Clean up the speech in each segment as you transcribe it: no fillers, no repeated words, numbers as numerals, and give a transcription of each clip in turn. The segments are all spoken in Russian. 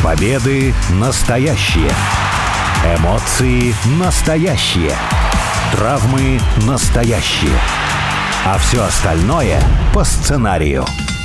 Победы настоящие. Эмоции настоящие. Травмы настоящие. А все остальное по сценарию.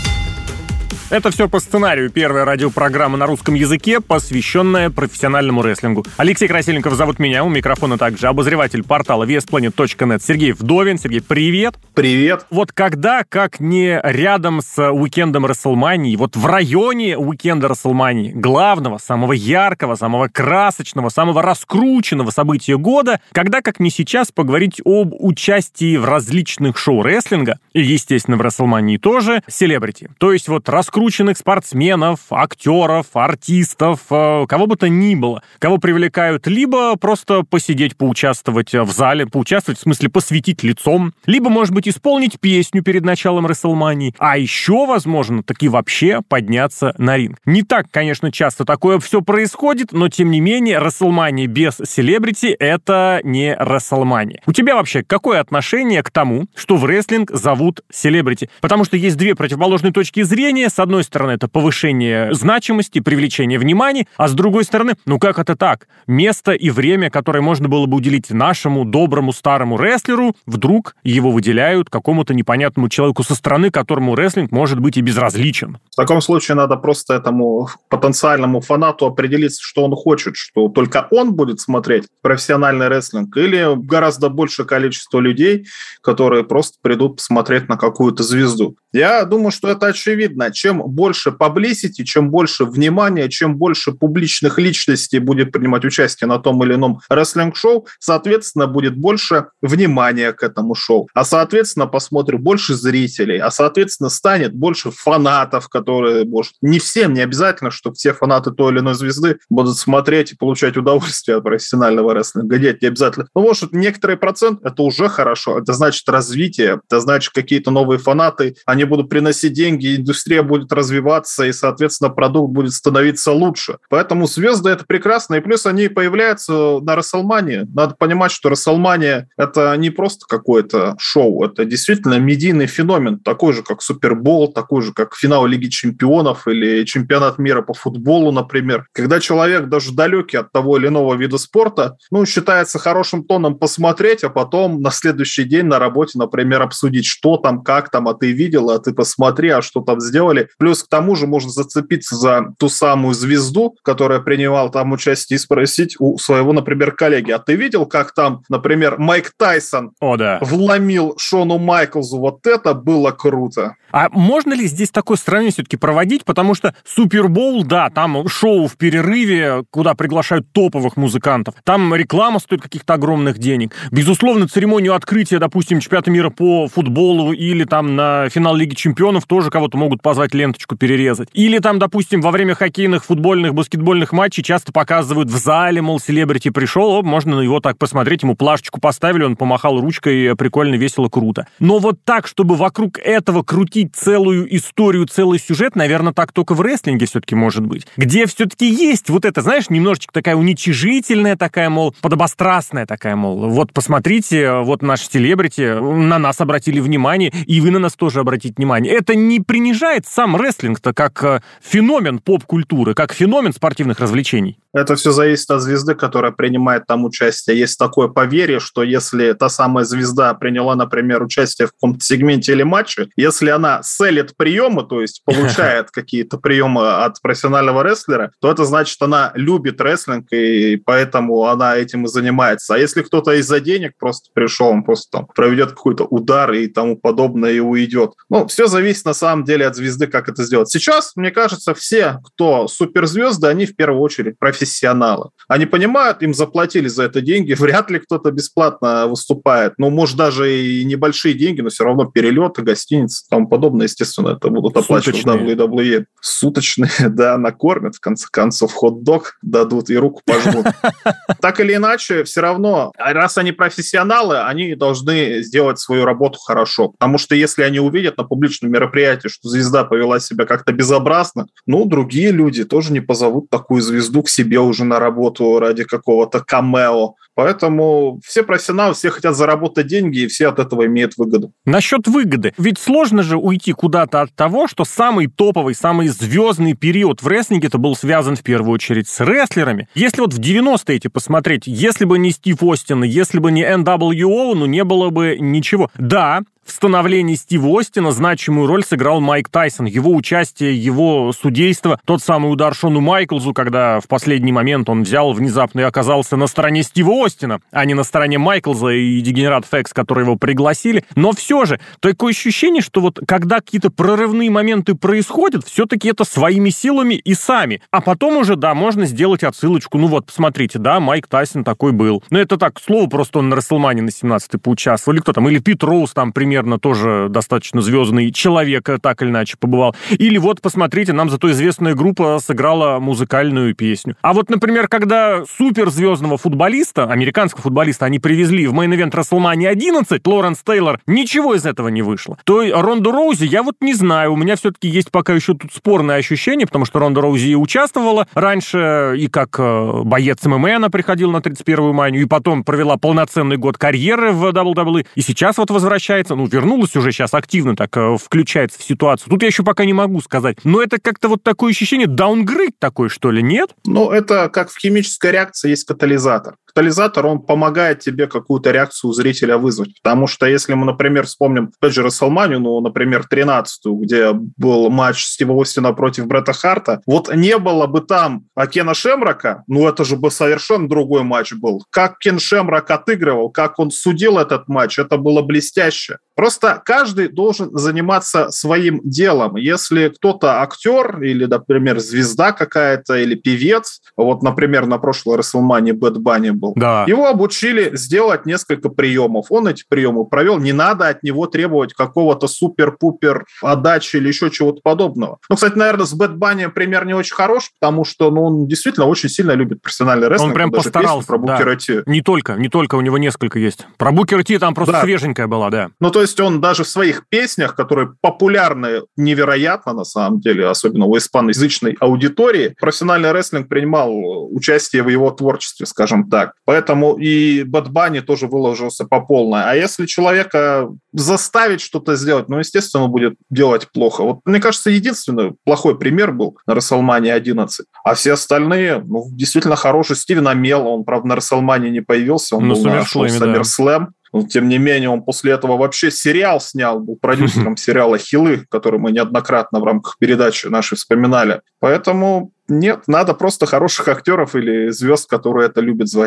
Это все по сценарию. Первая радиопрограмма на русском языке, посвященная профессиональному рестлингу. Алексей Красильников зовут меня. У микрофона также обозреватель портала VSPlanet.net Сергей Вдовин. Сергей, привет. Привет. Вот когда, как не рядом с уикендом WrestleMania, вот в районе уикенда WrestleMania, главного, самого яркого, самого красочного, самого раскрученного события года, когда, как не сейчас, поговорить об участии в различных шоу рестлинга, и, естественно, в WrestleMania тоже, селебрити. То есть вот раскрученных спортсменов, актеров, артистов, кого бы то ни было, кого привлекают либо просто посидеть, поучаствовать в зале, поучаствовать, в смысле посветить лицом, либо, может быть, исполнить песню перед началом WrestleMania, а еще, возможно, таки вообще подняться на ринг. Не так, конечно, часто такое все происходит, но, тем не менее, WrestleMania без селебрити — это не WrestleMania. У тебя вообще какое отношение к тому, что в рестлинг зовут селебрити? Потому что есть две противоположные точки зрения. С одной стороны, это повышение значимости, привлечение внимания, а с другой стороны, ну как это так? Место и время, которое можно было бы уделить нашему доброму старому рестлеру, вдруг его выделяют какому-то непонятному человеку со стороны, которому рестлинг может быть и безразличен. В таком случае надо просто этому потенциальному фанату определиться, что он хочет, что только он будет смотреть профессиональный рестлинг или гораздо большее количество людей, которые просто придут посмотреть на какую-то звезду. Я думаю, что это очевидно. Чем больше publicity, чем больше внимания, чем больше публичных личностей будет принимать участие на том или ином рестлинг-шоу, соответственно, будет больше внимания к этому шоу. А, соответственно, посмотрит больше зрителей. А, соответственно, станет больше фанатов, которые, может, не всем, не обязательно, что все фанаты той или иной звезды будут смотреть и получать удовольствие от профессионального рестлинга. Нет, не обязательно. Но, может, некоторый процент — это уже хорошо. Это значит развитие, это значит какие-то новые фанаты, они будут приносить деньги, индустрия будет развиваться, и, соответственно, продукт будет становиться лучше. Поэтому звезды — это прекрасно, и плюс они появляются на WrestleMania. Надо понимать, что WrestleMania — это не просто какое-то шоу, это действительно медийный феномен, такой же, как Супербол, такой же, как финал Лиги Чемпионов или чемпионат мира по футболу, например. Когда человек даже далекий от того или иного вида спорта, считается хорошим тоном посмотреть, а потом на следующий день на работе, например, обсудить, что там, как там, а ты видел, а ты посмотри, а что там сделали. Плюс к тому же можно зацепиться за ту самую звезду, которая принимала там участие, и спросить у своего, например, коллеги: а ты видел, как там, например, Майк Тайсон вломил Шону Майклзу? Вот это было круто. А можно ли здесь такое сравнение все-таки проводить? Потому что Супербоул, да, там шоу в перерыве, куда приглашают топовых музыкантов. Там реклама стоит каких-то огромных денег. Безусловно, церемонию открытия, допустим, чемпионата мира по футболу или там на финал Лиги Чемпионов тоже кого-то могут позвать ленточку перерезать. Или там, допустим, во время хоккейных, футбольных, баскетбольных матчей часто показывают в зале, мол, селебрити пришел, можно на него так посмотреть, ему плашечку поставили, он помахал ручкой, прикольно, весело, круто. Но вот так, чтобы вокруг этого крутить целую историю, целый сюжет, наверное, так только в рестлинге все-таки может быть. Где все-таки есть вот это, знаешь, немножечко такая уничижительная, такая, мол, подобострастная такая, мол, вот посмотрите, вот наш селебрити, на нас обратили внимание, и вы на нас тоже обратите внимание. Это не принижает сам рестлинг-то как феномен поп-культуры, как феномен спортивных развлечений? Это все зависит от звезды, которая принимает там участие. Есть такое поверье, что если та самая звезда приняла, например, участие в каком-то сегменте или матче, если она селит приемы, то есть получает какие-то приемы от профессионального рестлера, то это значит, она любит рестлинг, и поэтому она этим и занимается. А если кто-то из-за денег просто пришел, он просто там проведет какой-то удар и тому подобное и уйдет. Все зависит на самом деле от звезды, как это сделать. Сейчас, мне кажется, все, кто суперзвезды, они в первую очередь профессионалы. Они понимают, им заплатили за это деньги, вряд ли кто-то бесплатно выступает. Может, даже и небольшие деньги, но все равно перелеты, гостиницы и тому подобное, естественно, это будут оплачивать WWE. Суточные, да, накормят, в конце концов, хот-дог дадут и руку пожмут. Так или иначе, все равно, раз они профессионалы, они должны сделать свою работу хорошо. Потому что если они увидят на публичном мероприятии, что звезда повела себя как-то безобразно, другие люди тоже не позовут такую звезду к себе уже на работу ради какого-то камео. Поэтому все профессионалы, все хотят заработать деньги, и все от этого имеют выгоду. Насчет выгоды. Ведь сложно же уйти куда-то от того, что самый топовый, самый звездный период в рестлинге это был связан в первую очередь с рестлерами. Если вот в 90-е эти посмотреть, если бы не Стив Остин, если бы не NWO, ну не было бы ничего. Да, в становлении Стива Остина значимую роль сыграл Майк Тайсон. Его участие, его судейство, тот самый удар Шону Майклзу, когда в последний момент он взял внезапно и оказался на стороне Стива Остина, а не на стороне Майклза и Дегенератов X, которые его пригласили. Но все же, такое ощущение, что вот когда какие-то прорывные моменты происходят, все-таки это своими силами и сами. А потом уже, да, можно сделать отсылочку. Ну вот, посмотрите, да, Майк Тайсон такой был. Но это так, к слову, просто он на WrestleMania на 17-й поучаствовал. Или кто там, или Пит Роуз там примерно тоже достаточно звездный человек, так или иначе побывал. Или вот, посмотрите, нам зато известная группа сыграла музыкальную песню. А вот, например, когда суперзвездного футболиста, американского футболиста, они привезли в мейн-ивент WrestleMania 11, Лоренс Тейлор, ничего из этого не вышло. То Ронда Роузи, я вот не знаю, у меня все-таки есть пока еще тут спорное ощущение, потому что Ронда Роузи и участвовала раньше, и как боец ММА она приходила на 31-ю манию, и потом провела полноценный год карьеры в WWE, и сейчас вот возвращается, вернулась уже сейчас активно так включается в ситуацию. Тут я еще пока не могу сказать. Но это как-то вот такое ощущение, даунгрейд такой, что ли, нет? Ну, это как в химической реакции есть катализатор. Катализатор, он помогает тебе какую-то реакцию у зрителя вызвать. Потому что если мы, например, вспомним, опять же, WrestleMania, например, 13-ю, где был матч Стива Остина против Бретта Харта, вот не было бы там Кена Шемрока, это же бы совершенно другой матч был. Как Кен Шемрок отыгрывал, как он судил этот матч, это было блестяще. Просто каждый должен заниматься своим делом. Если кто-то актер или, например, звезда какая-то или певец, вот, например, на прошлой WrestleMania Бэд Банни был, да. Его обучили сделать несколько приемов. Он эти приемы провел. Не надо от него требовать какого-то супер-пупер отдачи или еще чего-то подобного. Кстати, наверное, с Бэд Банни пример не очень хорош, потому что он действительно очень сильно любит профессиональный рестлинг. Он прям постарался. Про Букера Ти. Не только, у него несколько есть. Про Букера Ти там просто свеженькая была, да. То есть он даже в своих песнях, которые популярны невероятно, на самом деле, особенно у испаноязычной аудитории, профессиональный рестлинг принимал участие в его творчестве, скажем так. Поэтому и Бэд Банни тоже выложился по полной. А если человека заставить что-то сделать, естественно, он будет делать плохо. Вот, мне кажется, единственный плохой пример был на WrestleMania 11. А все остальные, действительно хороший. Стивен Амелл, он, правда, на WrestleMania не появился, он был на шоу SummerSlam. Но, тем не менее, он после этого вообще сериал снял, был продюсером сериала «Хилы», который мы неоднократно в рамках передачи нашей вспоминали. Поэтому нет, надо просто хороших актеров или звезд, которые это любят звать.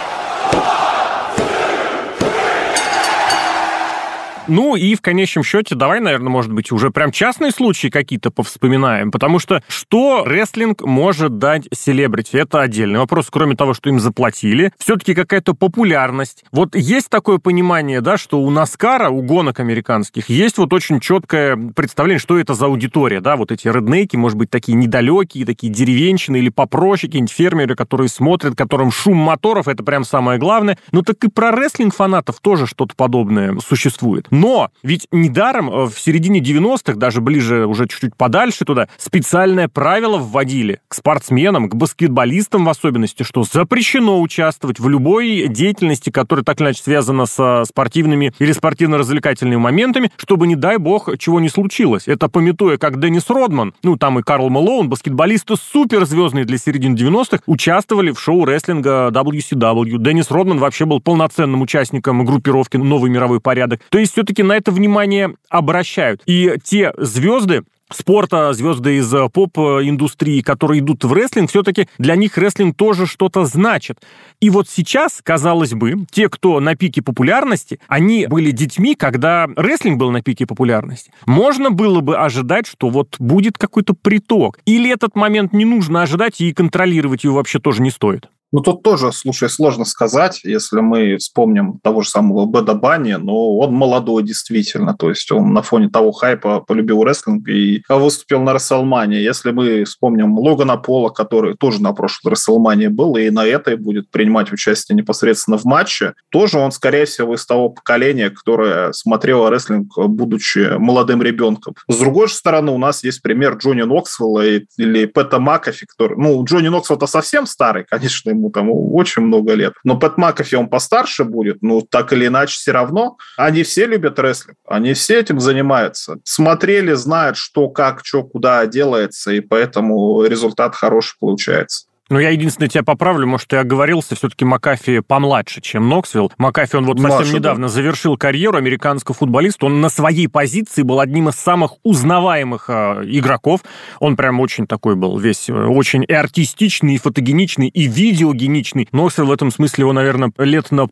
И в конечном счете, давай, наверное, может быть, уже прям частные случаи какие-то повспоминаем, потому что рестлинг может дать селебрити? Это отдельный вопрос, кроме того, что им заплатили. Все-таки какая-то популярность. Вот есть такое понимание, да, что у Наскара, у гонок американских, есть вот очень четкое представление, что это за аудитория, да, вот эти реднейки, может быть, такие недалекие, такие деревенщины или попроще, какие-нибудь фермеры, которые смотрят, которым шум моторов, это прям самое главное. Так и про рестлинг-фанатов тоже что-то подобное существует. Но ведь недаром в середине 90-х, даже ближе, уже чуть-чуть подальше туда, специальное правило вводили к спортсменам, к баскетболистам в особенности, что запрещено участвовать в любой деятельности, которая так или иначе связана со спортивными или спортивно-развлекательными моментами, чтобы, не дай бог, чего не случилось. Это памятуя, как Деннис Родман, там и Карл Мэлоун, баскетболисты суперзвездные для середины 90-х, участвовали в шоу рестлинга WCW. Деннис Родман вообще был полноценным участником группировки «Новый мировой порядок». То есть все-таки на это внимание обращают. И те звезды спорта, звезды из поп-индустрии, которые идут в рестлинг, все-таки для них рестлинг тоже что-то значит. И вот сейчас, казалось бы, те, кто на пике популярности, они были детьми, когда рестлинг был на пике популярности. Можно было бы ожидать, что вот будет какой-то приток. Или этот момент не нужно ожидать и контролировать его вообще тоже не стоит? Тут тоже, слушай, сложно сказать, если мы вспомним того же самого Бэда Банни, он молодой действительно, то есть он на фоне того хайпа полюбил рестлинг и выступил на WrestleMania. Если мы вспомним Логана Пола, который тоже на прошлой WrestleMania был и на этой будет принимать участие непосредственно в матче, тоже он, скорее всего, из того поколения, которое смотрело рестлинг, будучи молодым ребенком. С другой же стороны, у нас есть пример Джонни Ноксвилла или Пэта Макафи, который, Джонни Ноксвилл-то совсем старый, конечно, ему ему там очень много лет. Но Пэт Макафи, он постарше будет, так или иначе все равно. Они все любят рестлинг, они все этим занимаются. Смотрели, знают, что, как, что, куда делается, и поэтому результат хороший получается. Я единственное тебя поправлю, может, я оговорился, все-таки Макафи помладше, чем Ноксвилл. Макафи, он совсем недавно завершил карьеру американского футболиста. Он на своей позиции был одним из самых узнаваемых игроков. Он прям очень такой был весь, очень и артистичный, и фотогеничный, и видеогеничный. Ноксвилл в этом смысле его, наверное, лет на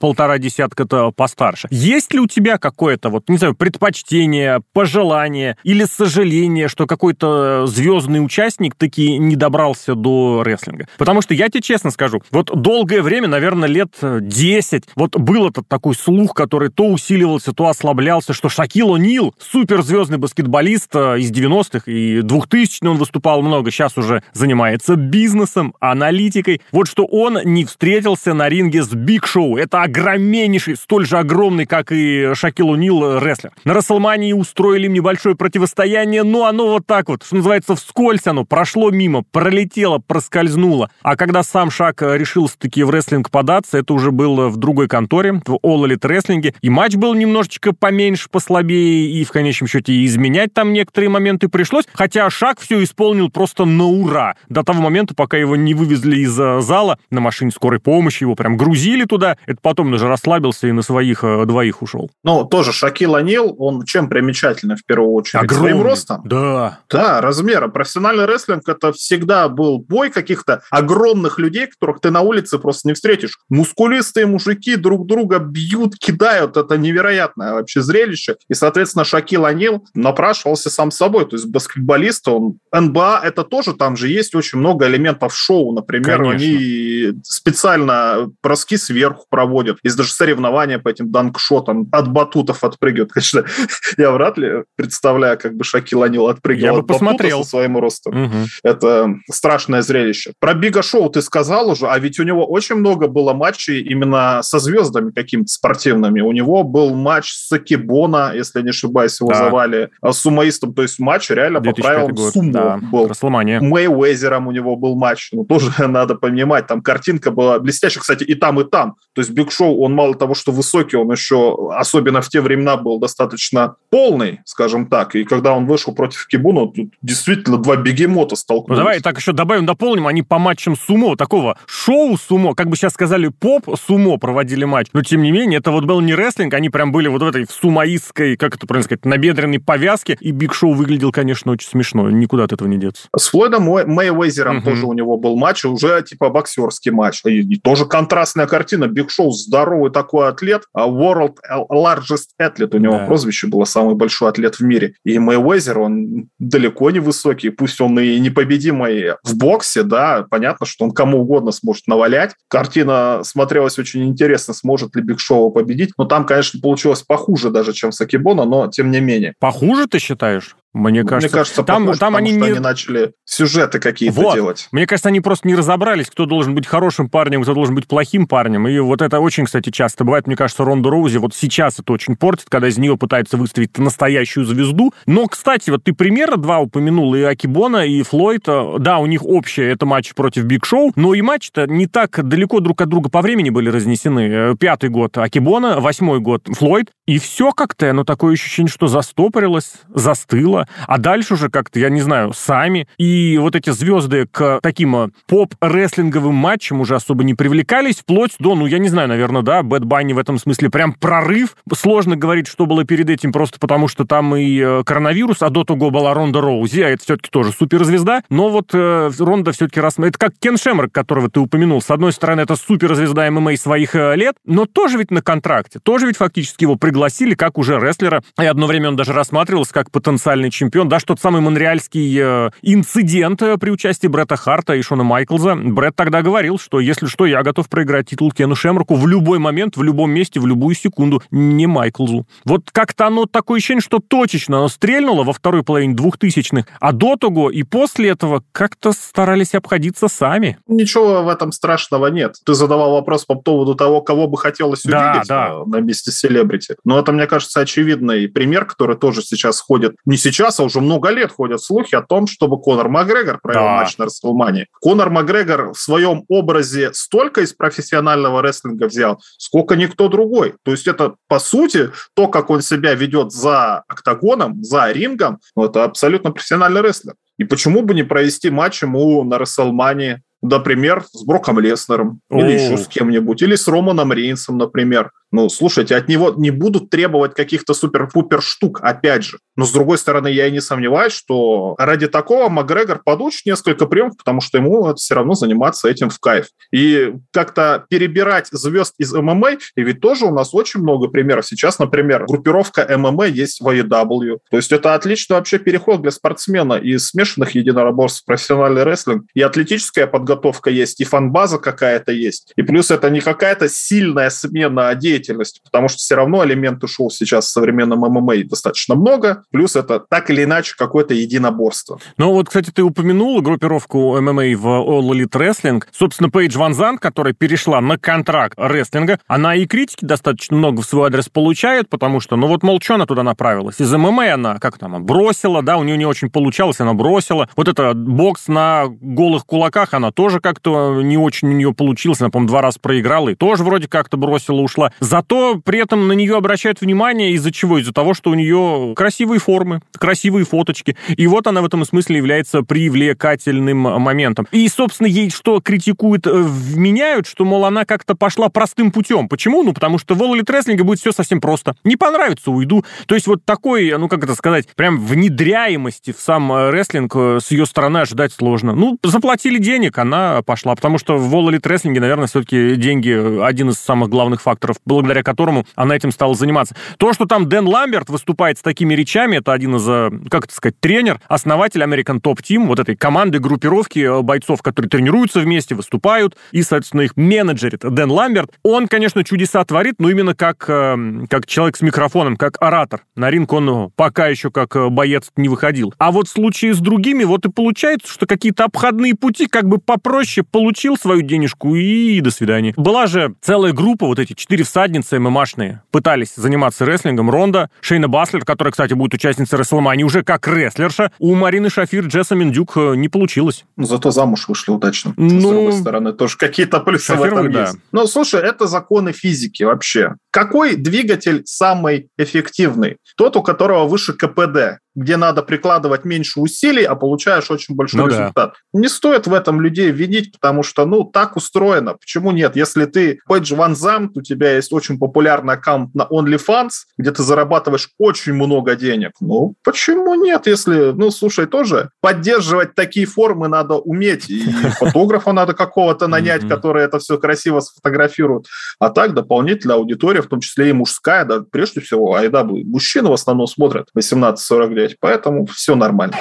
1,5 постарше. Есть ли у тебя какое-то, предпочтение, пожелание или сожаление, что какой-то звездный участник таки не добрался до рестлинга? Потому что я тебе честно скажу, долгое время, наверное, лет 10, был этот такой слух, который то усиливался, то ослаблялся, что Шакил О'Нил, суперзвездный баскетболист из 90-х и 2000-х, он выступал много, сейчас уже занимается бизнесом, аналитикой, что он не встретился на ринге с Биг Шоу. Это огромнейший, столь же огромный, как и Шакил О'Нил, рестлер. На Расселмании устроили им небольшое противостояние, но оно что называется, вскользь оно прошло мимо, пролетело, проскользнуло. А когда сам Шак решился-таки в рестлинг податься, это уже было в другой конторе, в All Elite Wrestling, и матч был немножечко поменьше, послабее, и в конечном счете и изменять там некоторые моменты пришлось, хотя Шак все исполнил просто на ура. До того момента, пока его не вывезли из зала на машине скорой помощи, его прям грузили туда, это потом он уже расслабился и на своих двоих ушел. Тоже Шакил О'Нил, он чем примечательный в первую очередь? Огромный. Своим ростом? Да. Да, размером. Профессиональный рестлинг — это всегда был бой каких-то огромных людей, которых ты на улице просто не встретишь. Мускулистые мужики друг друга бьют, кидают. Это невероятное вообще зрелище. И, соответственно, Шакил О'Нил напрашивался сам собой. То есть баскетболист, он... НБА — это тоже, там же есть очень много элементов шоу. Например, Конечно. Они специально броски сверху проводят. Есть даже соревнования по этим данк-шотам. От батутов отпрыгивают. Конечно, я вряд ли представляю, как бы Шакил О'Нил отпрыгивал от батута со своим ростом. Угу. Это страшное зрелище. Про Бига Шоу ты сказал уже, а ведь у него очень много было матчей именно со звездами какими-то спортивными. У него был матч с Акибона, если не ошибаюсь, его звали сумоистом. То есть матч реально по правилам сумо был. Мэйуэзером у него был матч. Тоже надо понимать, там картинка была блестящая. Кстати, и там, и там. То есть Биг Шоу, он мало того, что высокий, он еще, особенно в те времена, был достаточно полный, скажем так. И когда он вышел против Акибона, тут действительно два бегемота столкнулись. Давай так еще добавим, дополним, они по матчам сумо, такого шоу сумо, как бы сейчас сказали, поп-сумо проводили матч. Но, тем не менее, это был не рестлинг, они прям были в этой сумоистской, как это правильно сказать, набедренной повязке, и Биг Шоу выглядел, конечно, очень смешно, никуда от этого не деться. С Флойдом Мэйуэзером тоже у него был матч, уже типа боксерский матч. И тоже контрастная картина. Биг Шоу здоровый такой атлет, World Largest Athlete у него прозвище было, самый большой атлет в мире. И Мэйуэзер, он далеко не высокий, пусть он и непобедимый в боксе, да, понятно, что он кому угодно сможет навалять. Картина смотрелась очень интересно, сможет ли Биг Шоу победить. Но там, конечно, получилось похуже даже, чем с Акибона, но тем не менее. Похуже, ты считаешь? Мне кажется, там они начали сюжеты какие-то делать. Мне кажется, они просто не разобрались, кто должен быть хорошим парнем, кто должен быть плохим парнем. И это очень, кстати, часто бывает. Мне кажется, Ронда Роузи сейчас это очень портит, когда из нее пытаются выставить настоящую звезду. Но, кстати, ты примеры два упомянул, и Акибона, и Флойд. Да, у них общее, это матч против Биг Шоу, но и матчи-то не так далеко друг от друга по времени были разнесены. 5-й год Акибона, 8-й год Флойд. И все как-то, такое ощущение, что застопорилось, застыло. А дальше уже как-то, я не знаю, сами. И эти звезды к таким поп-рестлинговым матчам уже особо не привлекались, вплоть до, я не знаю, наверное, да, Бэд Банни в этом смысле прям прорыв. Сложно говорить, что было перед этим, просто потому что там и коронавирус, а до того была Ронда Роузи, а это все-таки тоже суперзвезда. Но Ронда все-таки это как Кен Шемрак, которого ты упомянул. С одной стороны, это суперзвезда ММА своих лет, но тоже ведь на контракте. Тоже ведь фактически его пригласили как уже рестлера. И одно время он даже рассматривался как потенциальный чемпион. Да, что тот самый монреальский инцидент при участии Бретта Харта и Шона Майклза. Бретт тогда говорил, что если что, я готов проиграть титул Кену Шемраку в любой момент, в любом месте, в любую секунду, не Майклзу. Как-то оно такое ощущение, что точечно оно стрельнуло во второй половине 2000-х, а до того и после этого как-то старались обходиться сами. Ничего в этом страшного нет. Ты задавал вопрос по поводу того, кого бы хотелось увидеть на месте селебрити. Но это, мне кажется, очевидный пример, который тоже сейчас ходит, не сейчас, а уже много лет ходят слухи о том, чтобы Конор Макгрегор провел матч на Расселмании. Конор Макгрегор в своем образе столько из профессионального рестлинга взял, сколько никто другой. То есть это, по сути, то, как он себя ведет за октагоном, за рингом, это абсолютно профессиональный рестлер. И почему бы не провести матч ему на Расселмании, например, с Броком Леснером, или еще с кем-нибудь, или с Романом Рейнсом, например. Ну, слушайте, от него не будут требовать каких-то супер-пупер штук, опять же. Но, с другой стороны, я и не сомневаюсь, что ради такого Макгрегор получит несколько приемов, потому что ему все равно заниматься этим в кайф. И как-то перебирать звезд из ММА, и ведь тоже у нас очень много примеров. Сейчас, например, группировка ММА есть в AEW. То есть это отличный вообще переход для спортсмена из смешанных единоборств в профессиональный рестлинг. И атлетическая подготовка есть, и фан-база какая-то есть. И плюс это не какая-то сильная смена деятельности, потому что все равно элементы шоу сейчас в современном ММА достаточно много, плюс это так или иначе какое-то единоборство. Ну вот, кстати, ты упомянул группировку ММА в All Elite Wrestling. Собственно, Пейдж Ван Зант, которая перешла на контракт рестлинга, она и критики достаточно много в свой адрес получает, потому что, ну вот, мол, что она туда направилась? Из ММА она, как там, бросила, да, у нее не очень получалось, она бросила. Вот это бокс на голых кулаках, она тоже как-то не очень у нее получилось, она, по-моему, 2 раза проиграла и тоже вроде как-то бросила, ушла. Зато при этом на нее обращают внимание из-за чего? Из-за того, что у нее красивые формы, красивые фоточки. И вот она в этом смысле является привлекательным моментом. И, собственно, ей что критикуют, вменяют, что, мол, она как-то пошла простым путем. Почему? Ну, потому что в All Elite Wrestling будет все совсем просто. Не понравится, уйду. То есть вот такой, ну, как это сказать, прям внедряемости в сам рестлинг с ее стороны ожидать сложно. Ну, заплатили денег, она пошла. Потому что в All Elite Wrestling, наверное, все-таки деньги один из самых главных факторов, благодаря которому она этим стала заниматься. То, что там Дэн Ламберт выступает с такими речами, это один из, как это сказать, тренер, основатель American Top Team, вот этой команды, группировки бойцов, которые тренируются вместе, выступают, и, соответственно, их менеджерит Дэн Ламберт. Он, конечно, чудеса творит, но именно как человек с микрофоном, как оратор. На ринг он пока еще как боец не выходил. А вот в случае с другими, вот и получается, что какие-то обходные пути, как бы попроще, получил свою денежку и до свидания. Была же целая группа, вот эти 4 всадницы ММАшные, пытались заниматься рестлингом. Ронда, Шейна Баслер, которая, кстати, будет участницей Расселмании, уже как рестлерша. У Марины Шафир, Джессамин Дюк не получилось. Зато замуж вышли удачно. С другой стороны, тоже какие-то плюсы в этом есть. Ну, слушай, это законы физики вообще. Какой двигатель самый эффективный? Тот, у которого выше КПД, где надо прикладывать меньше усилий, а получаешь очень большой результат. Да. Не стоит в этом людей винить, потому что, ну, так устроено. Почему нет? Если ты Пейдж Ван Зант, у тебя есть очень популярный аккаунт на OnlyFans, где ты зарабатываешь очень много денег. Ну, почему нет? Если, ну, слушай, тоже поддерживать такие формы надо уметь. И фотографа надо какого-то нанять, который это все красиво сфотографирует. А так, дополнительная аудитория, в том числе и мужская, да, прежде всего, AEW, мужчины в основном смотрят 18-49. Поэтому все нормально.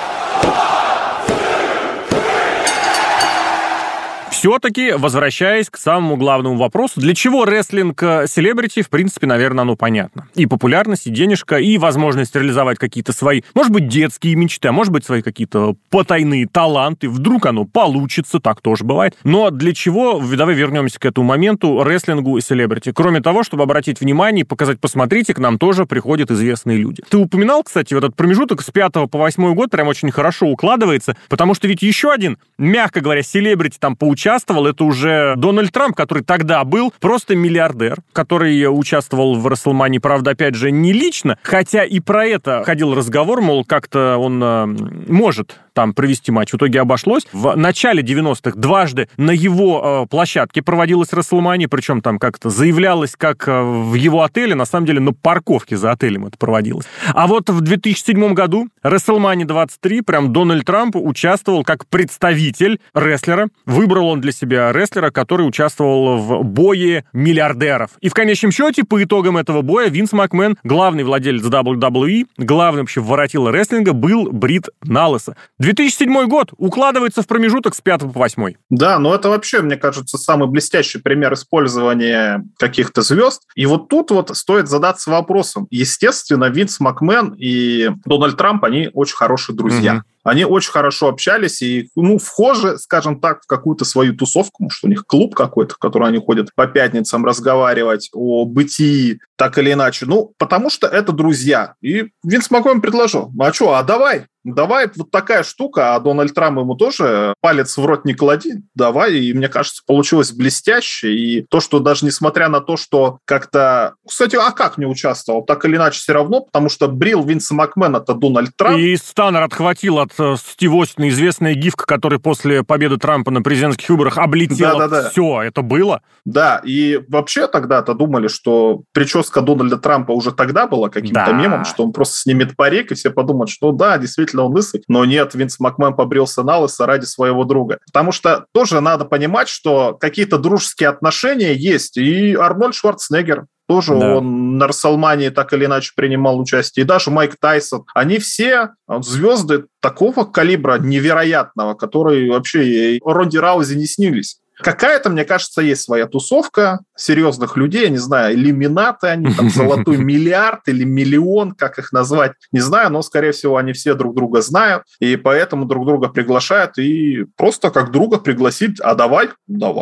Все-таки, возвращаясь к самому главному вопросу, для чего рестлинг селебрити, в принципе, наверное, оно понятно. И популярность, и денежка, и возможность реализовать какие-то свои, может быть, детские мечты, а может быть, свои какие-то потайные таланты. Вдруг оно получится, так тоже бывает. Но для чего, давай вернемся к этому моменту, рестлингу и селебрити? Кроме того, чтобы обратить внимание и показать, посмотрите, к нам тоже приходят известные люди. Ты упоминал, кстати, вот этот промежуток с 5 по 8 год прям очень хорошо укладывается, потому что ведь еще один, мягко говоря, селебрити там поучаствовал, это уже Дональд Трамп, который тогда был просто миллиардер, который участвовал в Расселмании, правда, опять же, не лично, хотя и про это ходил разговор, мол, как-то он может там провести матч. В итоге обошлось. В начале 90-х дважды на его площадке проводилась Расселмания, причем там как-то заявлялось, как в его отеле, на самом деле на парковке за отелем это проводилось. А вот в 2007 году Расселмания 23, прям Дональд Трамп участвовал как представитель рестлера. Выбрал он для себя рестлера, который участвовал в бое миллиардеров. И в конечном счете, по итогам этого боя, Винс Макмен, главный владелец WWE, главный вообще воротило рестлинга, был Брит Наллеса. 2007 год укладывается в промежуток с 5 по 8. Да, но это вообще, мне кажется, самый блестящий пример использования каких-то звезд. И вот тут вот стоит задаться вопросом. Естественно, Винс Макмен и Дональд Трамп, они очень хорошие друзья. Они очень хорошо общались и, вхожи, скажем так, в какую-то свою тусовку, может, у них клуб какой-то, в который они ходят по пятницам разговаривать о бытии, так или иначе. Потому что это друзья. И Винс Макмен предложил, давай, вот такая штука, а Дональд Трамп ему тоже палец в рот не клади, давай, и мне кажется, получилось блестяще, и то, что даже несмотря на то, что как-то... Кстати, как не участвовал? Так или иначе все равно, потому что брил Винса Макмена это Дональд Трамп. И Станнер отхватил от Стив Остина известная гифка, который после победы Трампа на президентских выборах облетела. Да. Все, это было. Да, и вообще тогда-то думали, что прическа Дональда Трампа уже тогда была каким-то мемом, что он просто снимет парик, и все подумают, что да, действительно он лысый. Но нет, Винс Макмен побрился на лысо ради своего друга. Потому что тоже надо понимать, что какие-то дружеские отношения есть. И Арнольд Шварценеггер тоже он на Расселмании так или иначе принимал участие. И даже Майк Тайсон. Они все звезды такого калибра невероятного, которые вообще и Ронди Раузи не снились. Какая-то, мне кажется, есть своя тусовка серьезных людей, я не знаю, иллюминаты они, там, золотой миллиард или миллион, как их назвать, не знаю, но, скорее всего, они все друг друга знают, и поэтому друг друга приглашают, и просто как друга пригласить, давай.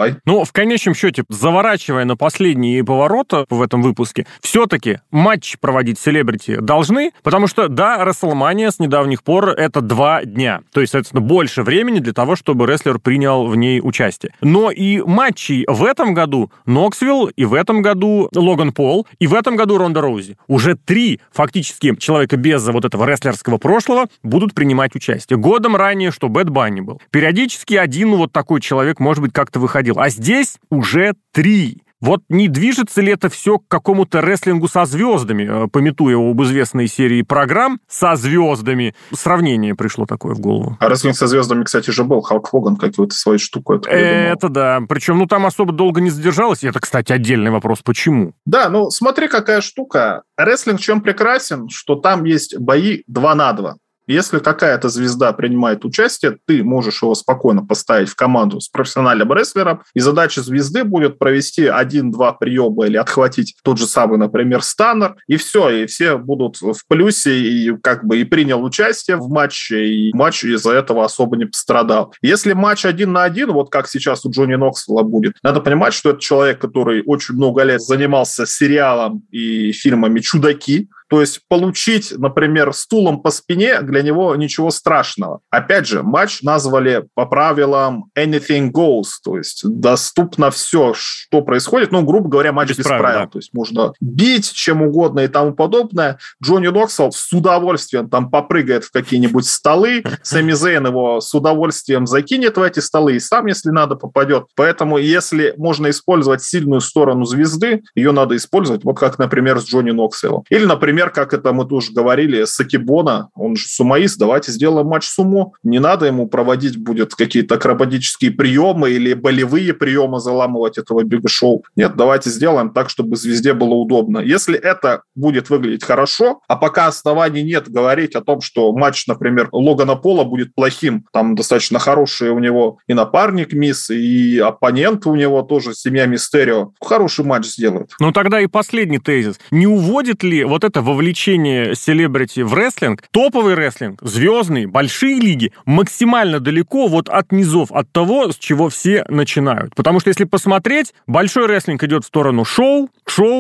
В конечном счете, заворачивая на последние повороты в этом выпуске, все-таки матч проводить селебрити должны, потому что, Расселмания с недавних пор это 2 дня, то есть, соответственно, больше времени для того, чтобы рестлер принял в ней участие. Но и матчей в этом году Ноксвилл, и в этом году Логан Пол, и в этом году Ронда Роузи. Уже 3 фактически человека без вот этого рестлерского прошлого будут принимать участие. Годом ранее, что Бэд Банни был. Периодически один вот такой человек, может быть, как-то выходил. А здесь уже 3. Вот не движется ли это все к какому-то рестлингу со звездами, памятуя об известной серии программ со звездами? Сравнение пришло такое в голову. А рестлинг со звездами, кстати, же был. Халк Хоган какую-то свою штуку. Это да. Причем, там особо долго не задержалось. И это, кстати, отдельный вопрос. Почему? Да, смотри, какая штука. Рестлинг в чем прекрасен, что там есть бои 2 на 2. Если какая-то звезда принимает участие, ты можешь его спокойно поставить в команду с профессиональным рестлером, и задача звезды будет провести 1-2 приема или отхватить тот же самый, например, Станнер, и все, и все будут в плюсе, и и принял участие в матче, и матч из-за этого особо не пострадал. Если матч 1 на 1, вот как сейчас у Джонни Ноксвилла будет, надо понимать, что это человек, который очень много лет занимался сериалом и фильмами «Чудаки», то есть получить, например, стулом по спине для него ничего страшного. Опять же, матч назвали по правилам anything goes, то есть доступно все, что происходит. Грубо говоря, матч без правил. Да. То есть можно бить чем угодно и тому подобное. Джонни Ноксвилл с удовольствием там попрыгает в какие-нибудь столы, Сами Зейн его с удовольствием закинет в эти столы и сам, если надо, попадет. Поэтому, если можно использовать сильную сторону звезды, ее надо использовать, вот как, например, с Джонни Ноксвиллом. Или, например, как это мы тоже говорили, Сакибона, он же сумоист, давайте сделаем матч сумо. Не надо ему проводить будет какие-то акробатические приемы или болевые приемы заламывать этого Бига Шоу. Нет, давайте сделаем так, чтобы звезде было удобно. Если это будет выглядеть хорошо, а пока оснований нет говорить о том, что матч, например, Логана Пола будет плохим, там достаточно хороший у него и напарник Мисс, и оппонент у него тоже, семья Мистерио, хороший матч сделают. Тогда и последний тезис. Не уводит ли вот это вовлечение селебрити в рестлинг, топовый рестлинг, звездный, большие лиги, максимально далеко вот от низов, от того, с чего все начинают? Потому что если посмотреть, большой рестлинг идет в сторону шоу,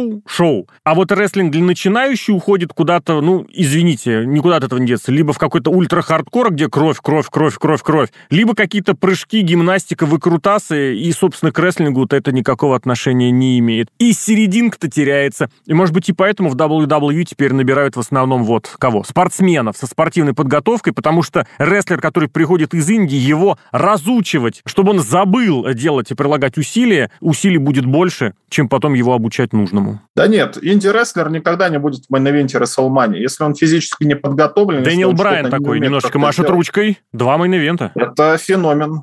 а вот рестлинг для начинающих уходит куда-то, извините, никуда от этого не деться, либо в какой-то ультра-хардкор, где кровь, либо какие-то прыжки, гимнастика, выкрутасы, и, собственно, к рестлингу-то это никакого отношения не имеет. И серединка-то теряется. И, может быть, и поэтому в WWE теперь набирают в основном кого? Спортсменов со спортивной подготовкой, потому что рестлер, который приходит из Индии, его разучивать, чтобы он забыл делать и прилагать усилия, усилий будет больше, чем потом его обучать нужному. Да нет, инди-рестлер никогда не будет в мейн-ивенте Расселмании. Если он физически не подготовлен... Дэниел Брайан такой немножечко машет ручкой. 2 мейн-ивента. Это феномен.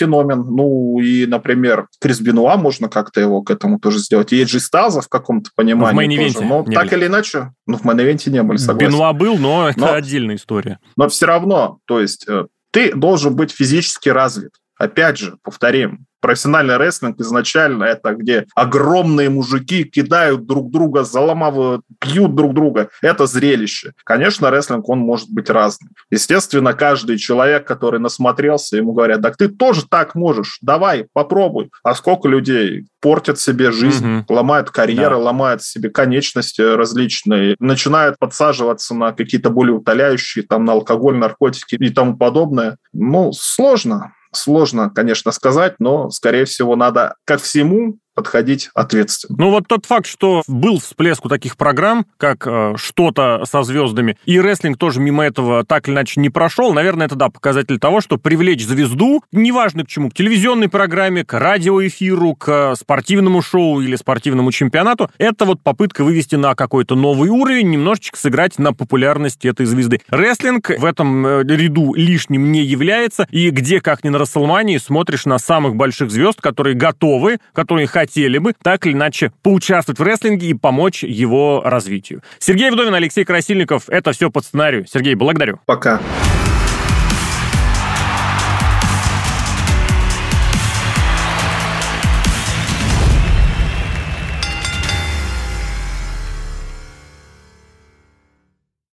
И, например, Крис Бенуа, можно как-то его к этому тоже сделать. И Эйджи Стайлза в каком-то понимании в мейн-ивенте тоже. Но так или иначе, в мейн-ивенте не были, согласен. Бенуа был, но это отдельная история. Но все равно, то есть ты должен быть физически развит. Опять же, повторим, Профессиональный рестлинг изначально это где огромные мужики кидают друг друга, заламывают, бьют друг друга. Это зрелище. Конечно, рестлинг, он может быть разным. Естественно, каждый человек, который насмотрелся, ему говорят, так ты тоже так можешь, давай, попробуй. А сколько людей портят себе жизнь, ломают карьеры, ломают себе конечности различные, начинают подсаживаться на какие-то более утоляющие, там, на алкоголь, наркотики и тому подобное. Ну, сложно. Сложно, конечно, сказать, но, скорее всего, надо ко всему подходить ответственно. Ну вот тот факт, что был всплеск у таких программ, как «Что-то со звездами», и рестлинг тоже мимо этого так или иначе не прошел, наверное, это, да, показатель того, что привлечь звезду, неважно к чему, к телевизионной программе, к радиоэфиру, к спортивному шоу или спортивному чемпионату, это вот попытка вывести на какой-то новый уровень, немножечко сыграть на популярности этой звезды. Рестлинг в этом ряду лишним не является, и где, как ни на Расселмании, смотришь на самых больших звезд, которые готовы, которые хотели бы так или иначе поучаствовать в рестлинге и помочь его развитию. Сергей Вдовин, Алексей Красильников. Это все по сценарию. Сергей, благодарю. Пока.